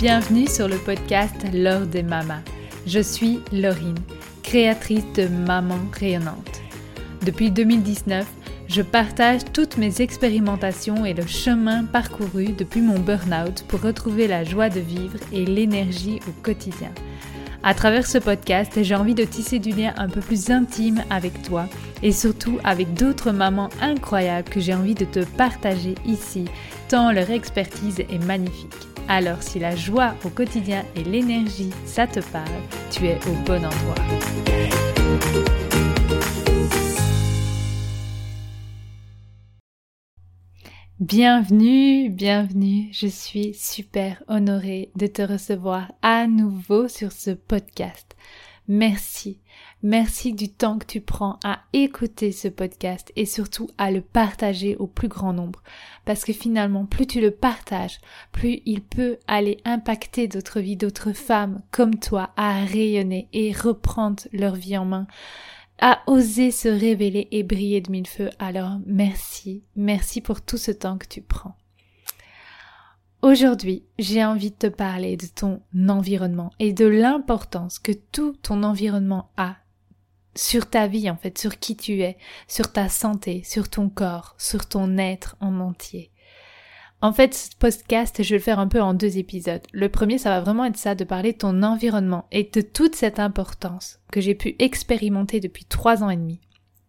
Bienvenue sur le podcast L'Or des Mamas. Je suis Laurine, créatrice de Maman Rayonnante. Depuis 2019, je partage toutes mes expérimentations et le chemin parcouru depuis mon burn-out pour retrouver la joie de vivre et l'énergie au quotidien. À travers ce podcast, j'ai envie de tisser du lien un peu plus intime avec toi et surtout avec d'autres mamans incroyables que j'ai envie de te partager ici, tant leur expertise est magnifique. Alors si la joie au quotidien et l'énergie, ça te parle, tu es au bon endroit. Bienvenue, je suis super honorée de te recevoir à nouveau sur ce podcast. Merci du temps que tu prends à écouter ce podcast et surtout à le partager au plus grand nombre. Parce que finalement, plus tu le partages, plus il peut aller impacter d'autres vies, d'autres femmes comme toi à rayonner et reprendre leur vie en main, à oser se révéler et briller de mille feux. Alors merci pour tout ce temps que tu prends. Aujourd'hui, j'ai envie de te parler de ton environnement et de l'importance que tout ton environnement a sur ta vie en fait, sur qui tu es, sur ta santé, sur ton corps, sur ton être en entier. En fait, ce podcast, je vais le faire un peu en 2 épisodes. Le premier, ça va vraiment être ça, de parler de ton environnement et de toute cette importance que j'ai pu expérimenter depuis 3 ans et demi.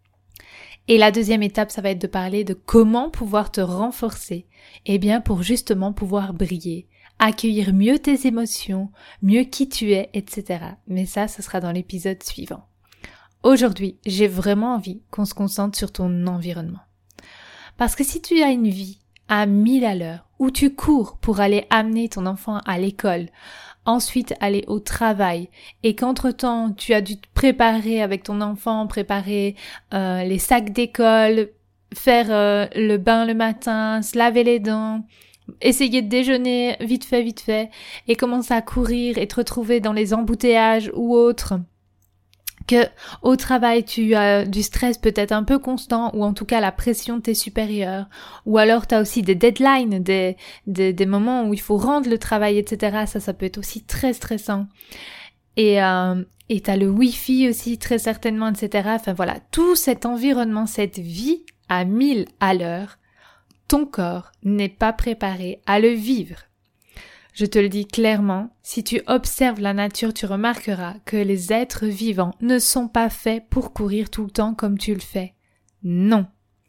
Et la deuxième étape, ça va être de parler de comment pouvoir te renforcer, pour justement pouvoir briller, accueillir mieux tes émotions, mieux qui tu es, etc. Mais ça, ce sera dans l'épisode suivant. Aujourd'hui, j'ai vraiment envie qu'on se concentre sur ton environnement. Parce que si tu as une vie à 1000 à l'heure, où tu cours pour aller amener ton enfant à l'école, ensuite aller au travail, et qu'entre-temps, tu as dû te préparer avec ton enfant, préparer les sacs d'école, faire le bain le matin, se laver les dents, essayer de déjeuner vite fait, et commencer à courir et te retrouver dans les embouteillages ou autres, que au travail tu as du stress peut-être un peu constant, ou en tout cas la pression de tes supérieurs, ou alors tu as aussi des deadlines, des moments où il faut rendre le travail, etc. Ça peut être aussi très stressant. Et t'as le wifi aussi très certainement, etc. Enfin voilà, tout cet environnement, cette vie à 1000 à l'heure, ton corps n'est pas préparé à le vivre. Je te le dis clairement, si tu observes la nature, tu remarqueras que les êtres vivants ne sont pas faits pour courir tout le temps comme tu le fais. Non.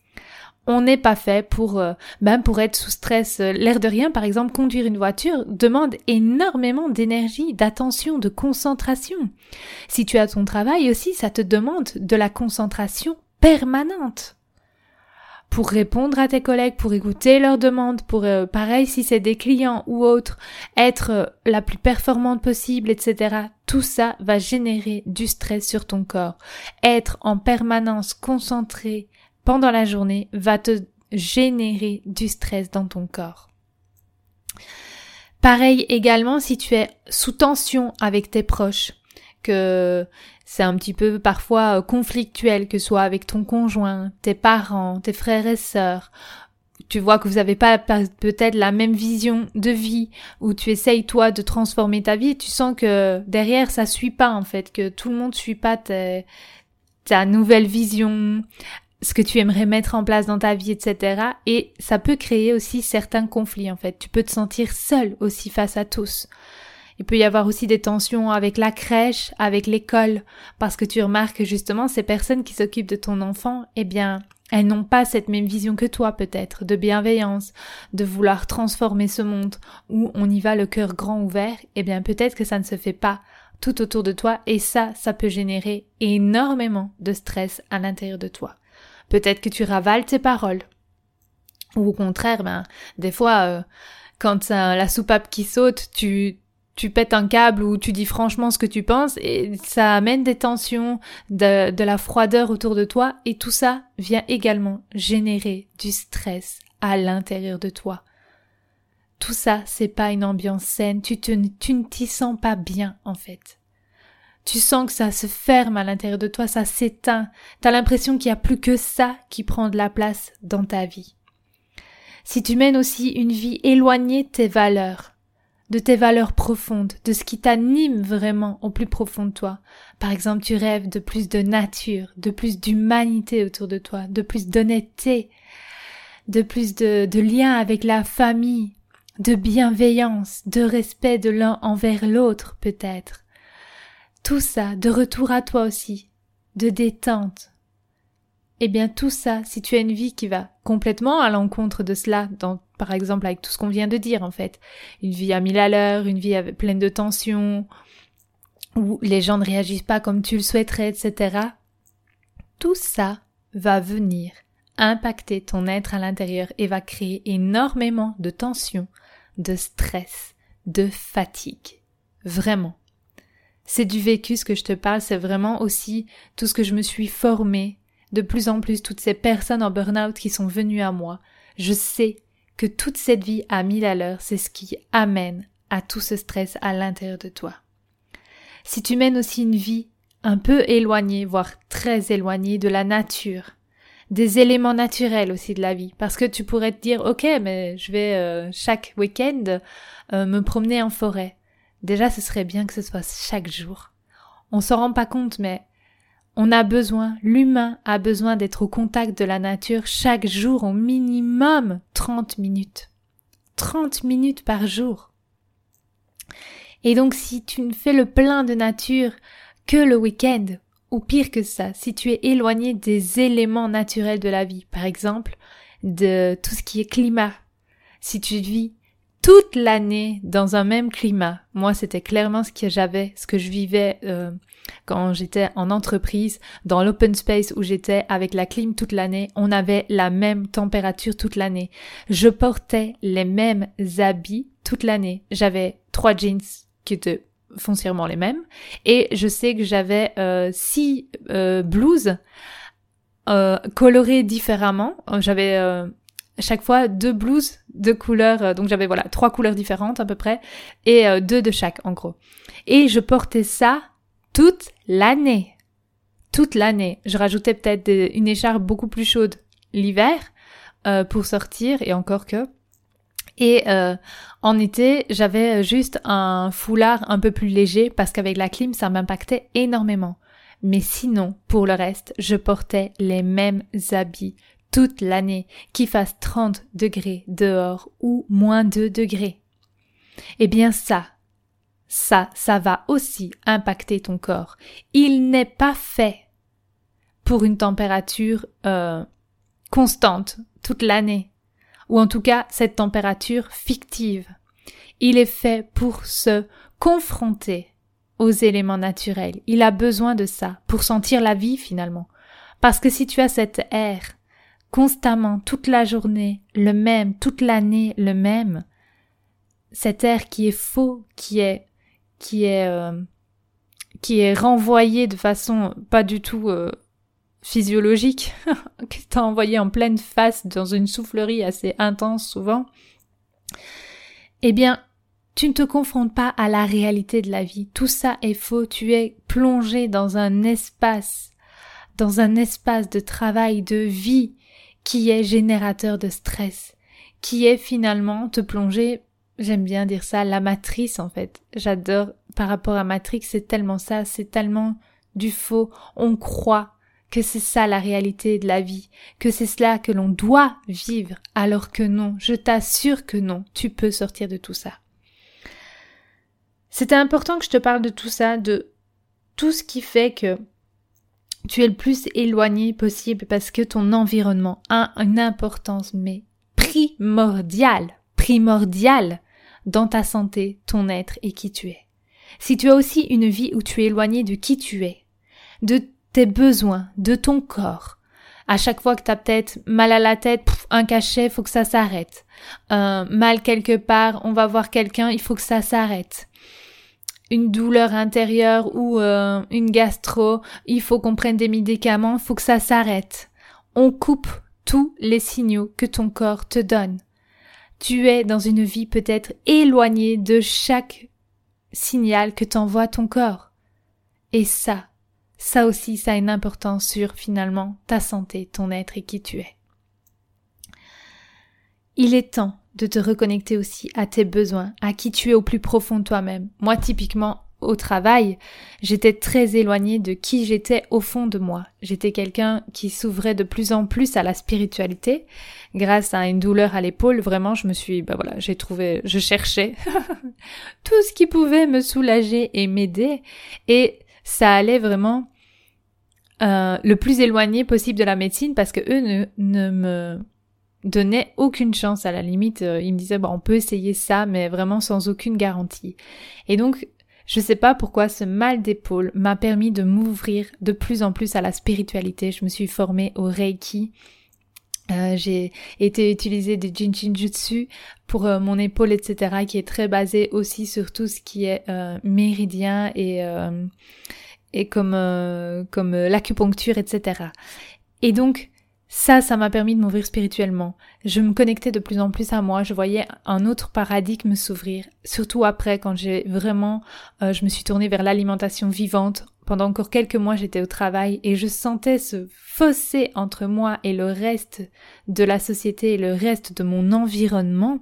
On n'est pas fait pour être sous stress. L'air de rien, par exemple, conduire une voiture demande énormément d'énergie, d'attention, de concentration. Si tu as ton travail aussi, ça te demande de la concentration permanente. Pour répondre à tes collègues, pour écouter leurs demandes, pour, pareil, si c'est des clients ou autres, être la plus performante possible, etc. Tout ça va générer du stress sur ton corps. Être en permanence concentré pendant la journée va te générer du stress dans ton corps. Pareil également si tu es sous tension avec tes proches, que c'est un petit peu parfois conflictuel, que ce soit avec ton conjoint, tes parents, tes frères et sœurs. Tu vois que vous n'avez pas peut-être la même vision de vie, où tu essayes toi de transformer ta vie et tu sens que derrière ça suit pas en fait, que tout le monde suit pas ta nouvelle vision, ce que tu aimerais mettre en place dans ta vie, etc. Et ça peut créer aussi certains conflits en fait. Tu peux te sentir seul aussi face à tous. Il peut y avoir aussi des tensions avec la crèche, avec l'école, parce que tu remarques que justement ces personnes qui s'occupent de ton enfant, elles n'ont pas cette même vision que toi peut-être, de bienveillance, de vouloir transformer ce monde où on y va le cœur grand ouvert, peut-être que ça ne se fait pas tout autour de toi et ça peut générer énormément de stress à l'intérieur de toi. Peut-être que tu ravales tes paroles, ou au contraire, des fois, quand la soupape qui saute, tu pètes un câble ou tu dis franchement ce que tu penses et ça amène des tensions, de la froideur autour de toi et tout ça vient également générer du stress à l'intérieur de toi. Tout ça, c'est pas une ambiance saine, tu ne t'y sens pas bien en fait. Tu sens que ça se ferme à l'intérieur de toi, ça s'éteint, t'as l'impression qu'il n'y a plus que ça qui prend de la place dans ta vie. Si tu mènes aussi une vie éloignée de tes valeurs, de tes valeurs profondes, de ce qui t'anime vraiment au plus profond de toi. Par exemple, tu rêves de plus de nature, de plus d'humanité autour de toi, de plus d'honnêteté, de plus de liens avec la famille, de bienveillance, de respect de l'un envers l'autre peut-être. Tout ça, de retour à toi aussi, de détente. Eh bien tout ça, si tu as une vie qui va complètement à l'encontre de cela, par exemple avec tout ce qu'on vient de dire en fait, une vie à 1000 à l'heure, une vie pleine de tensions, où les gens ne réagissent pas comme tu le souhaiterais, etc. Tout ça va venir impacter ton être à l'intérieur et va créer énormément de tensions, de stress, de fatigue. Vraiment. C'est du vécu ce que je te parle, c'est vraiment aussi tout ce que je me suis formée. De plus en plus, toutes ces personnes en burn-out qui sont venues à moi, je sais que toute cette vie à 1000 à l'heure, c'est ce qui amène à tout ce stress à l'intérieur de toi. Si tu mènes aussi une vie un peu éloignée, voire très éloignée de la nature, des éléments naturels aussi de la vie, parce que tu pourrais te dire, ok, mais je vais chaque week-end me promener en forêt. Déjà, ce serait bien que ce soit chaque jour. On s'en rend pas compte, mais l'humain a besoin d'être au contact de la nature chaque jour au minimum 30 minutes. 30 minutes par jour. Et donc si tu ne fais le plein de nature que le week-end, ou pire que ça, si tu es éloigné des éléments naturels de la vie, par exemple de tout ce qui est climat, si tu vis toute l'année dans un même climat, moi c'était clairement ce que je vivais quand j'étais en entreprise, dans l'open space où j'étais avec la clim toute l'année, on avait la même température toute l'année. Je portais les mêmes habits toute l'année. J'avais 3 jeans qui étaient foncièrement les mêmes et je sais que j'avais 6 blouses colorées différemment. J'avais chaque fois 2 blouses de couleurs, donc j'avais 3 couleurs différentes à peu près et 2 de chaque en gros. Et je portais ça toute l'année. Toute l'année. Je rajoutais peut-être une écharpe beaucoup plus chaude l'hiver pour sortir, et encore que. Et en été, j'avais juste un foulard un peu plus léger parce qu'avec la clim, ça m'impactait énormément. Mais sinon, pour le reste, je portais les mêmes habits toute l'année, qu'il fasse 30 degrés dehors ou moins 2 degrés. Eh bien ça va aussi impacter ton corps. Il n'est pas fait pour une température constante toute l'année, ou en tout cas cette température fictive. Il est fait pour se confronter aux éléments naturels. Il a besoin de ça pour sentir la vie finalement. Parce que si tu as cet air constamment, toute la journée, le même, toute l'année, le même, cet air qui est faux, qui est renvoyé de façon pas du tout physiologique, qui t'a envoyé en pleine face dans une soufflerie assez intense souvent, eh bien, tu ne te confrontes pas à la réalité de la vie. Tout ça est faux. Tu es plongé dans un espace de travail, de vie qui est générateur de stress, qui est finalement te plonger. J'aime bien dire ça, la matrice en fait. J'adore par rapport à Matrix, c'est tellement ça, c'est tellement du faux. On croit que c'est ça la réalité de la vie, que c'est cela que l'on doit vivre, alors que non, je t'assure que non, tu peux sortir de tout ça. C'était important que je te parle de tout ça, de tout ce qui fait que tu es le plus éloigné possible parce que ton environnement a une importance mais primordiale dans ta santé, ton être et qui tu es. Si tu as aussi une vie où tu es éloigné de qui tu es, de tes besoins, de ton corps, à chaque fois que tu as peut-être mal à la tête, un cachet, faut que ça s'arrête. Mal quelque part, on va voir quelqu'un, il faut que ça s'arrête. Une douleur intérieure ou une gastro, il faut qu'on prenne des médicaments, il faut que ça s'arrête. On coupe tous les signaux que ton corps te donne. Tu es dans une vie peut-être éloignée de chaque signal que t'envoie ton corps. Et ça aussi, ça a une importance sur finalement ta santé, ton être et qui tu es. Il est temps de te reconnecter aussi à tes besoins, à qui tu es au plus profond de toi-même. Moi, typiquement, au travail, j'étais très éloignée de qui j'étais au fond de moi. J'étais quelqu'un qui s'ouvrait de plus en plus à la spiritualité. Grâce à une douleur à l'épaule, vraiment, je cherchais tout ce qui pouvait me soulager et m'aider. Et ça allait vraiment le plus éloigné possible de la médecine parce que eux ne me donnaient aucune chance. À la limite, ils me disaient on peut essayer ça, mais vraiment sans aucune garantie. Et donc, je sais pas pourquoi ce mal d'épaule m'a permis de m'ouvrir de plus en plus à la spiritualité. Je me suis formée au Reiki. J'ai été utiliser des Jinjutsu pour mon épaule, etc., qui est très basé aussi sur tout ce qui est méridien et comme l'acupuncture, etc. Et donc, ça m'a permis de m'ouvrir spirituellement. Je me connectais de plus en plus à moi, je voyais un autre paradigme s'ouvrir, surtout après quand je me suis tournée vers l'alimentation vivante. Pendant encore quelques mois, j'étais au travail et je sentais ce fossé entre moi et le reste de la société et le reste de mon environnement.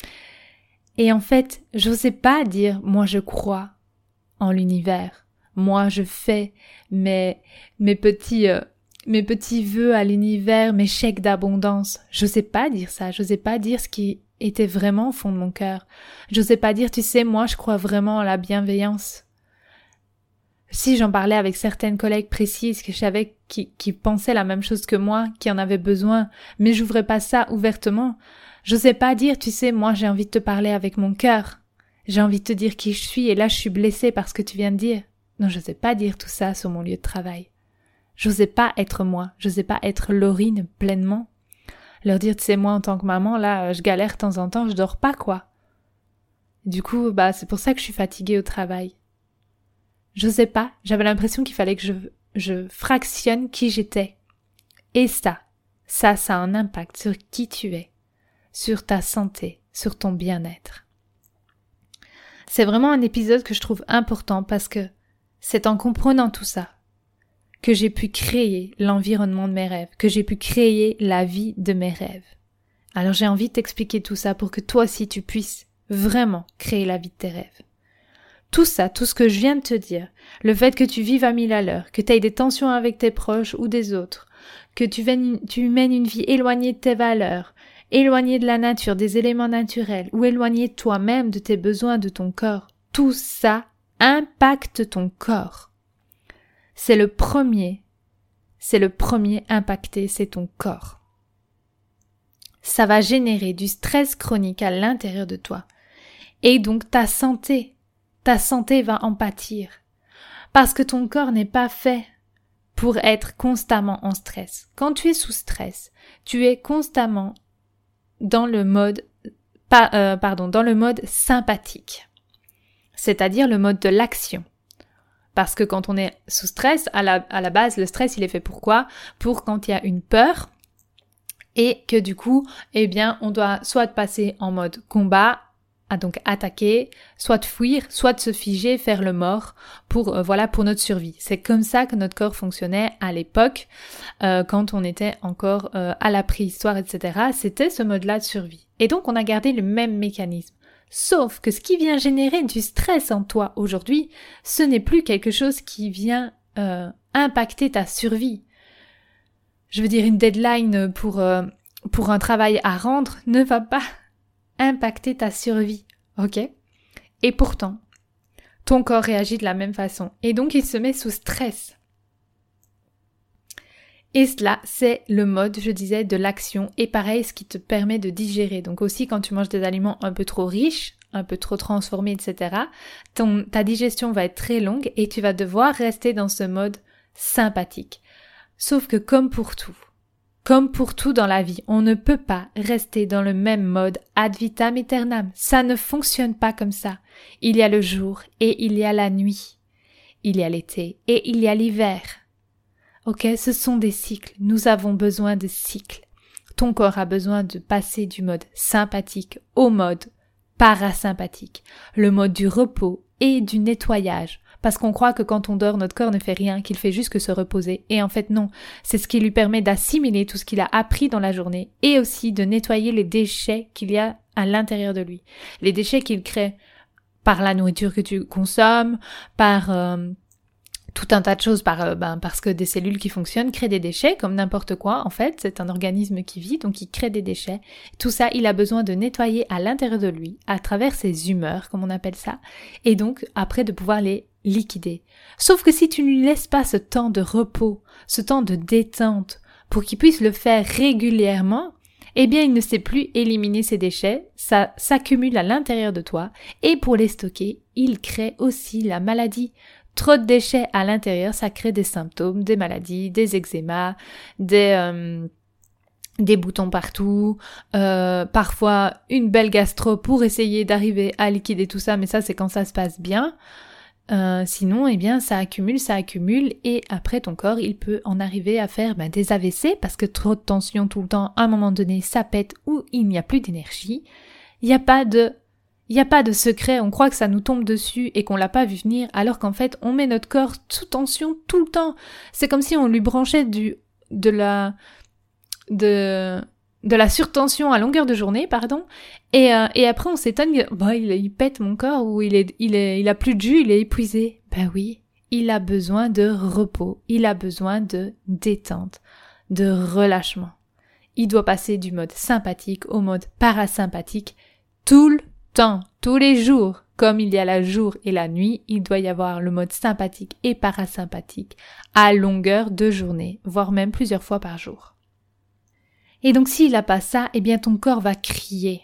Et en fait, j'osais pas dire, moi je crois en l'univers, moi je fais mes petits vœux à l'univers, mes chèques d'abondance. J'osais pas dire ça, j'osais pas dire ce qui était vraiment au fond de mon cœur. J'osais pas dire, tu sais, moi je crois vraiment en la bienveillance. Si j'en parlais avec certaines collègues précises que je savais qui pensaient la même chose que moi, qui en avaient besoin, mais j'ouvrais pas ça ouvertement. J'osais pas dire, tu sais, moi j'ai envie de te parler avec mon cœur. J'ai envie de te dire qui je suis et là je suis blessée par ce que tu viens de dire. Non, j'osais pas dire tout ça sur mon lieu de travail. J'osais pas être moi, j'osais pas être Laurine pleinement. Leur dire, tu sais, moi en tant que maman, là, je galère de temps en temps, je dors pas, quoi. Du coup, c'est pour ça que je suis fatiguée au travail. J'osais pas, j'avais l'impression qu'il fallait que je fractionne qui j'étais. Et ça a un impact sur qui tu es, sur ta santé, sur ton bien-être. C'est vraiment un épisode que je trouve important parce que c'est en comprenant tout ça que j'ai pu créer l'environnement de mes rêves, que j'ai pu créer la vie de mes rêves. Alors j'ai envie de t'expliquer tout ça pour que toi aussi tu puisses vraiment créer la vie de tes rêves. Tout ça, tout ce que je viens de te dire, le fait que tu vives à 1000 à l'heure, que tu aies des tensions avec tes proches ou des autres, que tu mènes une vie éloignée de tes valeurs, éloignée de la nature, des éléments naturels, ou éloignée de toi-même, de tes besoins, de ton corps, tout ça impacte ton corps. C'est le premier impacté, c'est ton corps. Ça va générer du stress chronique à l'intérieur de toi. Et donc ta santé va en pâtir. Parce que ton corps n'est pas fait pour être constamment en stress. Quand tu es sous stress, tu es constamment dans le mode sympathique. C'est-à-dire le mode de l'action. Parce que quand on est sous stress, à la base, le stress, il est fait pour quoi? Pour quand il y a une peur et que du coup, on doit soit passer en mode combat, donc attaquer, soit de fuir, soit de se figer, faire le mort pour notre survie. C'est comme ça que notre corps fonctionnait à l'époque, quand on était encore à la préhistoire, etc. C'était ce mode-là de survie. Et donc, on a gardé le même mécanisme. Sauf que ce qui vient générer du stress en toi aujourd'hui, ce n'est plus quelque chose qui vient impacter ta survie. Je veux dire, une deadline pour un travail à rendre ne va pas impacter ta survie, ok? Et pourtant, ton corps réagit de la même façon. Et donc, il se met sous stress. Et cela, c'est le mode, je disais, de l'action. Et pareil, ce qui te permet de digérer. Donc aussi, quand tu manges des aliments un peu trop riches, un peu trop transformés, etc., ta digestion va être très longue et tu vas devoir rester dans ce mode sympathique. Sauf que comme pour tout dans la vie, on ne peut pas rester dans le même mode ad vitam aeternam. Ça ne fonctionne pas comme ça. Il y a le jour et il y a la nuit. Il y a l'été et il y a l'hiver. Ok, ce sont des cycles. Nous avons besoin de cycles. Ton corps a besoin de passer du mode sympathique au mode parasympathique. Le mode du repos et du nettoyage Parce qu'on croit que quand on dort, notre corps ne fait rien, qu'il fait juste que se reposer. Et en fait, non. C'est ce qui lui permet d'assimiler tout ce qu'il a appris dans la journée et aussi de nettoyer les déchets qu'il y a à l'intérieur de lui. Les déchets qu'il crée par la nourriture que tu consommes, par tout un tas de choses, parce que des cellules qui fonctionnent créent des déchets, comme n'importe quoi, en fait. C'est un organisme qui vit, donc il crée des déchets. Tout ça, il a besoin de nettoyer à l'intérieur de lui, à travers ses humeurs, comme on appelle ça, et donc, après, de pouvoir les liquider. Sauf que si tu ne lui laisses pas ce temps de repos, ce temps de détente, pour qu'il puisse le faire régulièrement, eh bien, il ne sait plus éliminer ces déchets, ça s'accumule à l'intérieur de toi, et pour les stocker, il crée aussi la maladie. Trop de déchets à l'intérieur, ça crée des symptômes, des maladies, des eczémas, des boutons partout, parfois une belle gastro pour essayer d'arriver à liquider tout ça, mais ça c'est quand ça se passe bien. Sinon, eh bien, ça accumule, et après ton corps, il peut en arriver à faire des AVC parce que trop de tension tout le temps, à un moment donné, ça pète ou il n'y a plus d'énergie. Il n'y a pas de secret, on croit que ça nous tombe dessus et qu'on l'a pas vu venir, alors qu'en fait, on met notre corps sous tension tout le temps. C'est comme si on lui branchait de la surtension à longueur de journée, et après on s'étonne, il pète mon corps, ou il a plus de jus, il est épuisé. Ben oui, il a besoin de repos, il a besoin de détente, de relâchement. Il doit passer du mode sympathique au mode parasympathique tout le temps, tous les jours. Comme il y a la jour et la nuit, il doit y avoir le mode sympathique et parasympathique à longueur de journée, voire même plusieurs fois par jour. Et donc s'il n'a pas ça, eh bien ton corps va crier.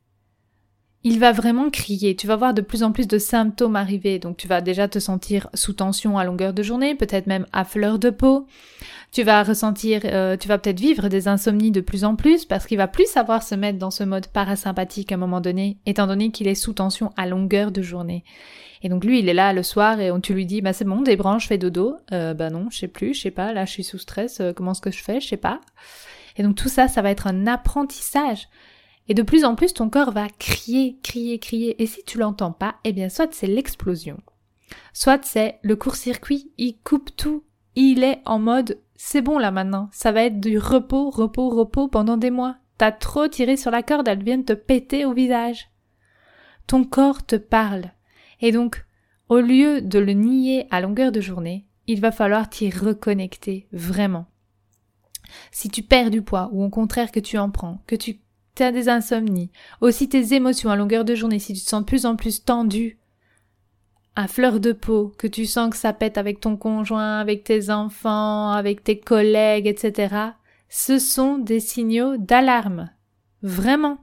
Il va vraiment crier. Tu vas voir de plus en plus de symptômes arriver. Donc tu vas déjà te sentir sous tension à longueur de journée, peut-être même à fleur de peau. Tu vas peut-être vivre des insomnies de plus en plus parce qu'il va plus savoir se mettre dans ce mode parasympathique à un moment donné, étant donné qu'il est sous tension à longueur de journée. Et donc lui, il est là le soir et tu lui dis, c'est bon, débranche, fais dodo. Non, je sais pas, là je suis sous stress, comment est-ce que je fais, je sais pas. Et donc tout ça, ça va être un apprentissage. Et de plus en plus, ton corps va crier. Et si tu l'entends pas, eh bien soit c'est l'explosion. Soit c'est le court-circuit, il coupe tout. Il est en mode, c'est bon là maintenant. Ça va être du repos pendant des mois. T'as trop tiré sur la corde, elle vient de te péter au visage. Ton corps te parle. Et donc, au lieu de le nier à longueur de journée, il va falloir t'y reconnecter vraiment. Si tu perds du poids, ou au contraire que tu en prends, que tu as des insomnies, aussi tes émotions à longueur de journée, si tu te sens de plus en plus tendu, à fleur de peau, que tu sens que ça pète avec ton conjoint, avec tes enfants, avec tes collègues, etc., ce sont des signaux d'alarme. Vraiment.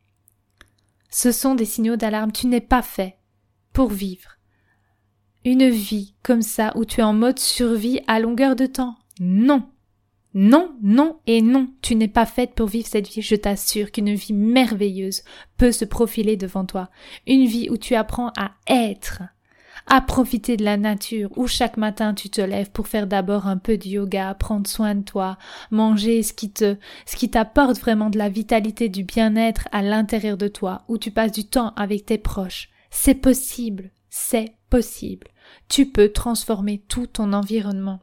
Ce sont des signaux d'alarme. Tu n'es pas fait pour vivre une vie comme ça où tu es en mode survie à longueur de temps. Non. Non et non, tu n'es pas faite pour vivre cette vie. Je t'assure qu'une vie merveilleuse peut se profiler devant toi. Une vie où tu apprends à être, à profiter de la nature, où chaque matin tu te lèves pour faire d'abord un peu de yoga, prendre soin de toi, manger ce qui t'apporte vraiment de la vitalité, du bien-être à l'intérieur de toi, où tu passes du temps avec tes proches. C'est possible. Tu peux transformer tout ton environnement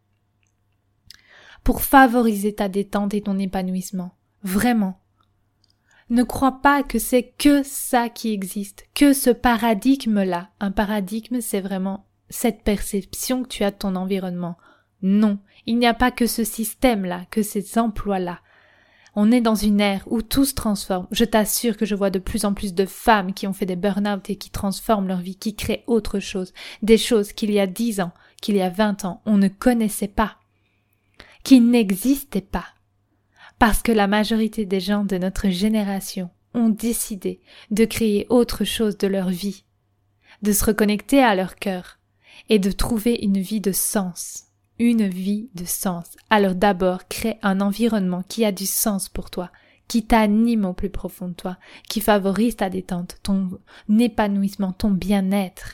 pour favoriser ta détente et ton épanouissement. Vraiment. Ne crois pas que c'est que ça qui existe, que ce paradigme-là. Un paradigme, c'est vraiment cette perception que tu as de ton environnement. Non, il n'y a pas que ce système-là, que ces emplois-là. On est dans une ère où tout se transforme. Je t'assure que je vois de plus en plus de femmes qui ont fait des burn-out et qui transforment leur vie, qui créent autre chose. Des choses qu'il y a 10 ans, qu'il y a 20 ans, on ne connaissait pas, qui n'existaient pas. Parce que la majorité des gens de notre génération ont décidé de créer autre chose de leur vie, de se reconnecter à leur cœur et de trouver une vie de sens. Une vie de sens. Alors d'abord, crée un environnement qui a du sens pour toi, qui t'anime au plus profond de toi, qui favorise ta détente, ton épanouissement, ton bien-être.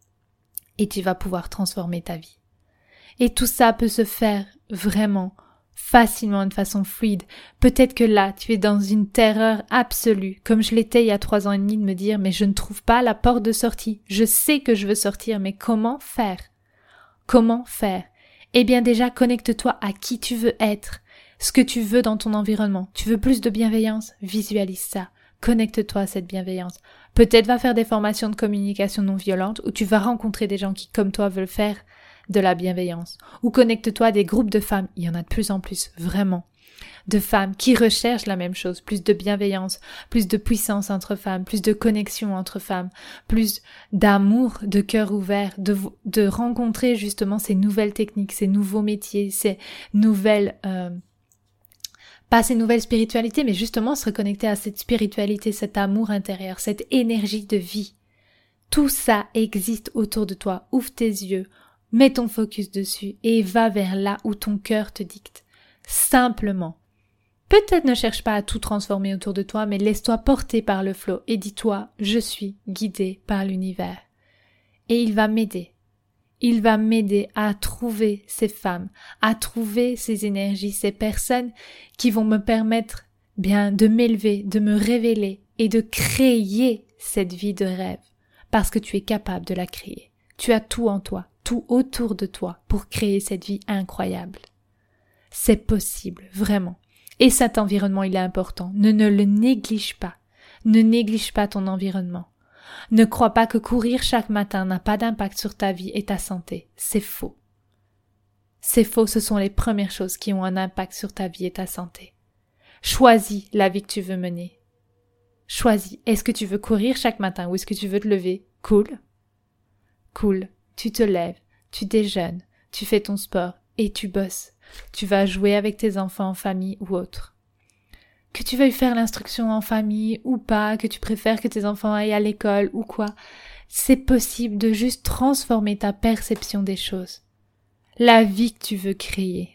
Et tu vas pouvoir transformer ta vie. Et tout ça peut se faire vraiment facilement, de façon fluide. Peut-être que là, tu es dans une terreur absolue, comme je l'étais il y a 3 ans et demi, de me dire, mais je ne trouve pas la porte de sortie. Je sais que je veux sortir, mais comment faire? Comment faire? Eh bien déjà, connecte-toi à qui tu veux être, ce que tu veux dans ton environnement. Tu veux plus de bienveillance? Visualise ça. Connecte-toi à cette bienveillance. Peut-être va faire des formations de communication non violente où tu vas rencontrer des gens qui, comme toi, veulent faire de la bienveillance. Ou connecte-toi à des groupes de femmes. Il y en a de plus en plus, vraiment. De femmes qui recherchent la même chose. Plus de bienveillance, plus de puissance entre femmes, plus de connexion entre femmes, plus d'amour, de cœur ouvert, de rencontrer justement ces nouvelles techniques, ces nouveaux métiers, ces nouvelles... pas ces nouvelles spiritualités, mais justement se reconnecter à cette spiritualité, cet amour intérieur, cette énergie de vie. Tout ça existe autour de toi. Ouvre tes yeux, mets ton focus dessus et va vers là où ton cœur te dicte. Simplement. Peut-être ne cherche pas à tout transformer autour de toi, mais laisse-toi porter par le flot et dis-toi, je suis guidé par l'univers. Et il va m'aider. Il va m'aider à trouver ces femmes, à trouver ces énergies, ces personnes qui vont me permettre bien de m'élever, de me révéler et de créer cette vie de rêve. Parce que tu es capable de la créer. Tu as tout en toi, tout autour de toi pour créer cette vie incroyable. C'est possible, vraiment. Et cet environnement, il est important. Ne le néglige pas. Ne néglige pas ton environnement. Ne crois pas que courir chaque matin n'a pas d'impact sur ta vie et ta santé. C'est faux. C'est faux, ce sont les premières choses qui ont un impact sur ta vie et ta santé. Choisis la vie que tu veux mener. Choisis. Est-ce que tu veux courir chaque matin ou est-ce que tu veux te lever? Cool. Cool. Tu te lèves, tu déjeunes, tu fais ton sport et tu bosses. Tu vas jouer avec tes enfants en famille ou autre. Que tu veuilles faire l'instruction en famille ou pas, que tu préfères que tes enfants aillent à l'école ou quoi, c'est possible de juste transformer ta perception des choses. La vie que tu veux créer.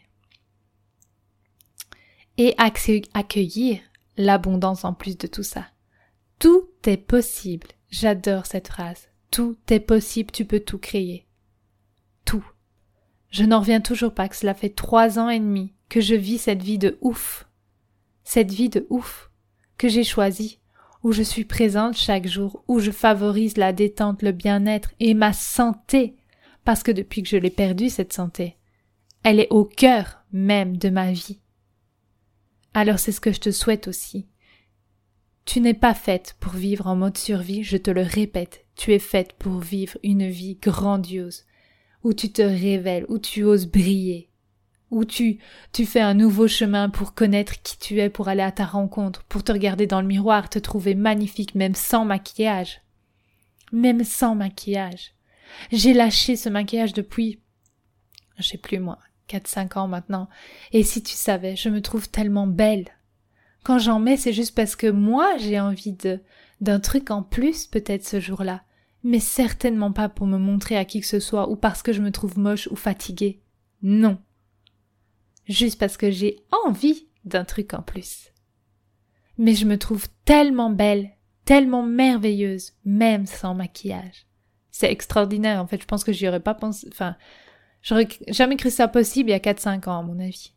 Et accueillir l'abondance en plus de tout ça. Tout est possible. J'adore cette phrase. Tout est possible, tu peux tout créer. Tout. Je n'en reviens toujours pas que cela fait 3 ans et demi que je vis cette vie de ouf. Cette vie de ouf que j'ai choisie, où je suis présente chaque jour, où je favorise la détente, le bien-être et ma santé, parce que depuis que je l'ai perdue, cette santé, elle est au cœur même de ma vie. Alors c'est ce que je te souhaite aussi. Tu n'es pas faite pour vivre en mode survie, je te le répète, tu es faite pour vivre une vie grandiose, où tu te révèles, où tu oses briller, où tu fais un nouveau chemin pour connaître qui tu es, pour aller à ta rencontre, pour te regarder dans le miroir, te trouver magnifique, même sans maquillage. Même sans maquillage. J'ai lâché ce maquillage depuis, je sais plus moi, 4-5 ans maintenant. Et si tu savais, je me trouve tellement belle. Quand j'en mets, c'est juste parce que moi, j'ai envie d'un truc en plus, peut-être ce jour-là. Mais certainement pas pour me montrer à qui que ce soit ou parce que je me trouve moche ou fatiguée. Non. Juste parce que j'ai envie d'un truc en plus. Mais je me trouve tellement belle, tellement merveilleuse, même sans maquillage. C'est extraordinaire, en fait, je pense que j'y aurais pas pensé, j'aurais jamais cru ça possible il y a 4-5 ans, à mon avis.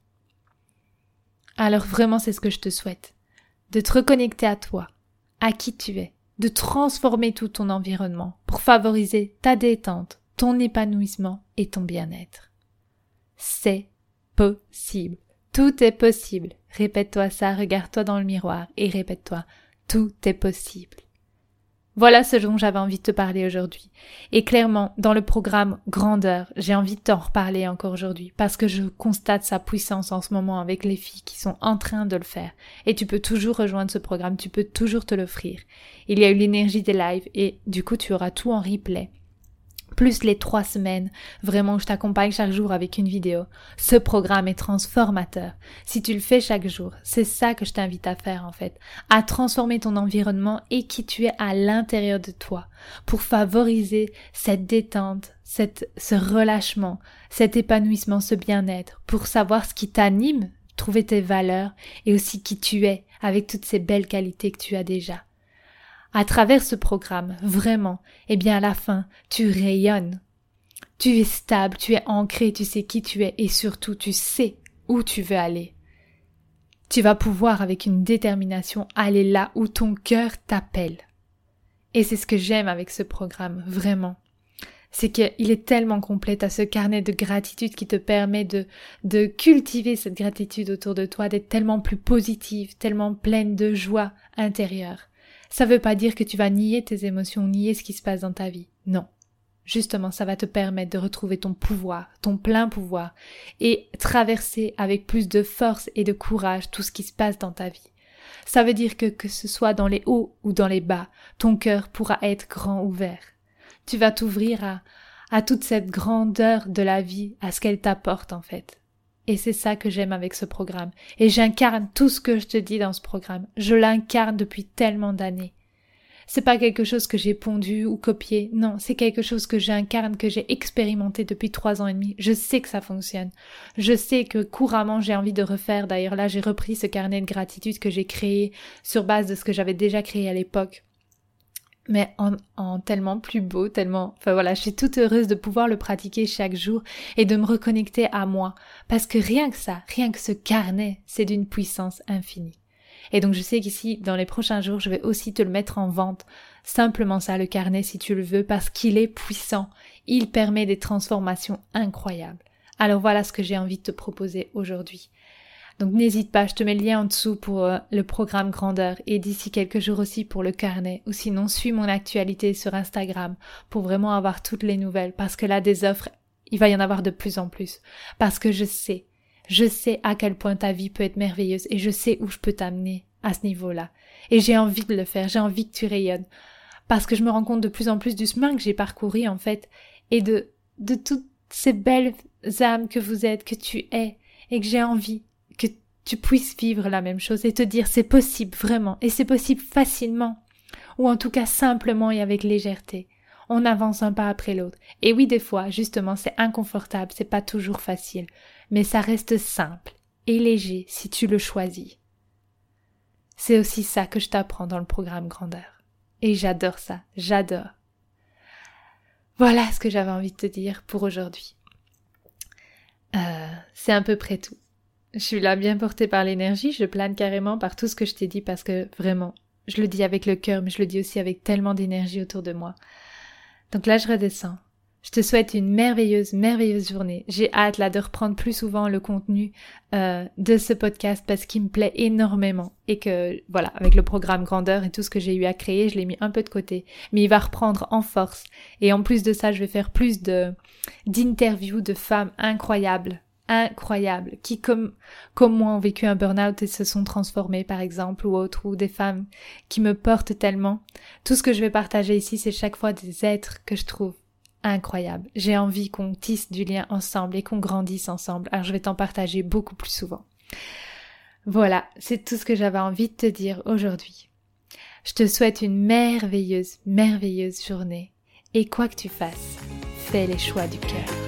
Alors vraiment, c'est ce que je te souhaite. De te reconnecter à toi, à qui tu es, de transformer tout ton environnement pour favoriser ta détente, ton épanouissement et ton bien-être. C'est possible. Tout est possible. Répète-toi ça, regarde-toi dans le miroir et répète-toi, tout est possible. Voilà ce dont j'avais envie de te parler aujourd'hui. Et clairement, dans le programme Grandeur, j'ai envie de t'en reparler encore aujourd'hui parce que je constate sa puissance en ce moment avec les filles qui sont en train de le faire. Et tu peux toujours rejoindre ce programme, tu peux toujours te l'offrir. Il y a eu l'énergie des lives et du coup, tu auras tout en replay. Plus les 3 semaines, vraiment, où je t'accompagne chaque jour avec une vidéo. Ce programme est transformateur. Si tu le fais chaque jour, c'est ça que je t'invite à faire en fait. À transformer ton environnement et qui tu es à l'intérieur de toi. Pour favoriser cette détente, ce relâchement, cet épanouissement, ce bien-être. Pour savoir ce qui t'anime, trouver tes valeurs et aussi qui tu es avec toutes ces belles qualités que tu as déjà. À travers ce programme, vraiment, eh bien à la fin, tu rayonnes. Tu es stable, tu es ancré, tu sais qui tu es et surtout tu sais où tu veux aller. Tu vas pouvoir avec une détermination aller là où ton cœur t'appelle. Et c'est ce que j'aime avec ce programme, vraiment. C'est qu'il est tellement complet, t'as ce carnet de gratitude qui te permet de cultiver cette gratitude autour de toi, d'être tellement plus positive, tellement pleine de joie intérieure. Ça veut pas dire que tu vas nier tes émotions, nier ce qui se passe dans ta vie. Non. Justement, ça va te permettre de retrouver ton pouvoir, ton plein pouvoir, et traverser avec plus de force et de courage tout ce qui se passe dans ta vie. Ça veut dire que ce soit dans les hauts ou dans les bas, ton cœur pourra être grand ouvert. Tu vas t'ouvrir à toute cette grandeur de la vie, à ce qu'elle t'apporte en fait. Et c'est ça que j'aime avec ce programme. Et j'incarne tout ce que je te dis dans ce programme. Je l'incarne depuis tellement d'années. C'est pas quelque chose que j'ai pondu ou copié, non, c'est quelque chose que j'incarne, que j'ai expérimenté depuis 3 ans et demi. Je sais que ça fonctionne. Je sais que couramment j'ai envie de refaire. D'ailleurs là, j'ai repris ce carnet de gratitude que j'ai créé sur base de ce que j'avais déjà créé à l'époque. Mais en tellement plus beau, tellement... Enfin voilà, je suis toute heureuse de pouvoir le pratiquer chaque jour et de me reconnecter à moi. Parce que rien que ça, rien que ce carnet, c'est d'une puissance infinie. Et donc je sais qu'ici, dans les prochains jours, je vais aussi te le mettre en vente. Simplement ça, le carnet, si tu le veux, parce qu'il est puissant. Il permet des transformations incroyables. Alors voilà ce que j'ai envie de te proposer aujourd'hui. Donc n'hésite pas, je te mets le lien en dessous pour le programme Grandeur et d'ici quelques jours aussi pour le carnet. Ou sinon, suis mon actualité sur Instagram pour vraiment avoir toutes les nouvelles. Parce que là, des offres, il va y en avoir de plus en plus. Parce que je sais à quel point ta vie peut être merveilleuse et je sais où je peux t'amener à ce niveau-là. Et j'ai envie de le faire, j'ai envie que tu rayonnes. Parce que je me rends compte de plus en plus du chemin que j'ai parcouru en fait et de toutes ces belles âmes que vous êtes, que tu es et que j'ai envie que tu puisses vivre la même chose et te dire c'est possible vraiment et c'est possible facilement ou en tout cas simplement et avec légèreté. On avance un pas après l'autre. Et oui, des fois, justement, c'est inconfortable, c'est pas toujours facile. Mais ça reste simple et léger si tu le choisis. C'est aussi ça que je t'apprends dans le programme Grandeur. Et j'adore ça, j'adore. Voilà ce que j'avais envie de te dire pour aujourd'hui. C'est à peu près tout. Je suis là bien portée par l'énergie, je plane carrément par tout ce que je t'ai dit parce que vraiment, je le dis avec le cœur, mais je le dis aussi avec tellement d'énergie autour de moi. Donc là, je redescends. Je te souhaite une merveilleuse, merveilleuse journée. J'ai hâte là de reprendre plus souvent le contenu de ce podcast parce qu'il me plaît énormément. Et que voilà, avec le programme Grandeur et tout ce que j'ai eu à créer, je l'ai mis un peu de côté. Mais il va reprendre en force. Et en plus de ça, je vais faire plus d'interviews de femmes incroyables, qui comme moi ont vécu un burn-out et se sont transformées par exemple ou autres, ou des femmes qui me portent tellement. Tout ce que je vais partager ici, c'est chaque fois des êtres que je trouve incroyables. J'ai envie qu'on tisse du lien ensemble et qu'on grandisse ensemble, alors je vais t'en partager beaucoup plus souvent. Voilà, c'est tout ce que j'avais envie de te dire aujourd'hui. Je te souhaite une merveilleuse, merveilleuse journée et quoi que tu fasses, fais les choix du cœur.